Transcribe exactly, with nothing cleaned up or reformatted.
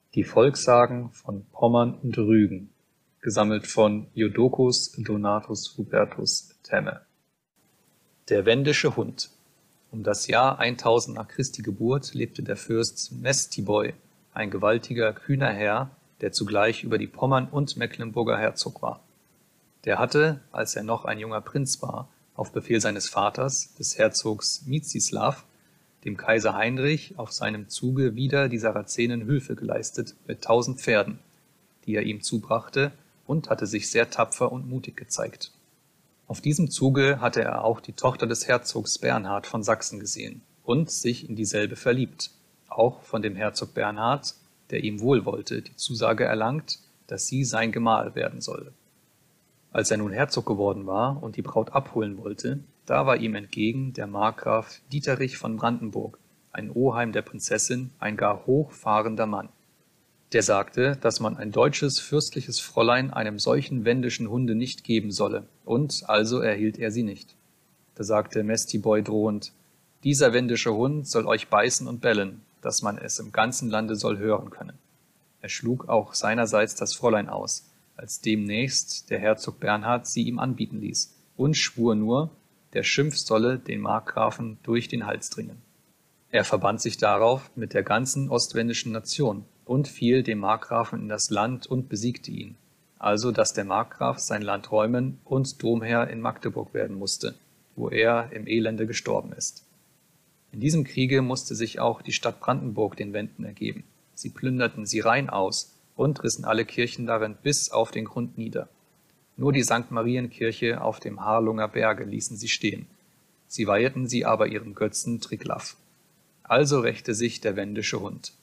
Die Volkssagen von Pommern und Rügen, gesammelt von Jodocus Donatus Hubertus Temme. Der wendische Hund. Um das Jahr eintausend nach Christi Geburt lebte der Fürst Mestiboi, ein gewaltiger, kühner Herr, der zugleich über die Pommern und Mecklenburger Herzog war. Der hatte, als er noch ein junger Prinz war, auf Befehl seines Vaters, des Herzogs Mstislav, dem Kaiser Heinrich auf seinem Zuge wider die Sarazenen Hilfe geleistet mit tausend Pferden, die er ihm zubrachte, und hatte sich sehr tapfer und mutig gezeigt. Auf diesem Zuge hatte er auch die Tochter des Herzogs Bernhard von Sachsen gesehen und sich in dieselbe verliebt, auch von dem Herzog Bernhard, der ihm wohlwollte, die Zusage erlangt, dass sie sein Gemahl werden solle. Als er nun Herzog geworden war und die Braut abholen wollte, da war ihm entgegen der Markgraf Dieterich von Brandenburg, ein Oheim der Prinzessin, ein gar hochfahrender Mann. Der sagte, dass man ein deutsches fürstliches Fräulein einem solchen wendischen Hunde nicht geben solle, und also erhielt er sie nicht. Da sagte Mestiboi drohend: Dieser wendische Hund soll euch beißen und bellen, dass man es im ganzen Lande soll hören können. Er schlug auch seinerseits das Fräulein aus, als demnächst der Herzog Bernhard sie ihm anbieten ließ, und schwur nur, der Schimpf solle den Markgrafen durch den Hals dringen. Er verband sich darauf mit der ganzen ostwendischen Nation und fiel dem Markgrafen in das Land und besiegte ihn, also dass der Markgraf sein Land räumen und Domherr in Magdeburg werden musste, wo er im Elende gestorben ist. In diesem Kriege musste sich auch die Stadt Brandenburg den Wenden ergeben. Sie plünderten sie rein aus und rissen alle Kirchen darin bis auf den Grund nieder. Nur die Sankt Marienkirche auf dem Harlunger Berge ließen sie stehen. Sie weiheten sie aber ihrem Götzen Triglav. Also rächte sich der wendische Hund.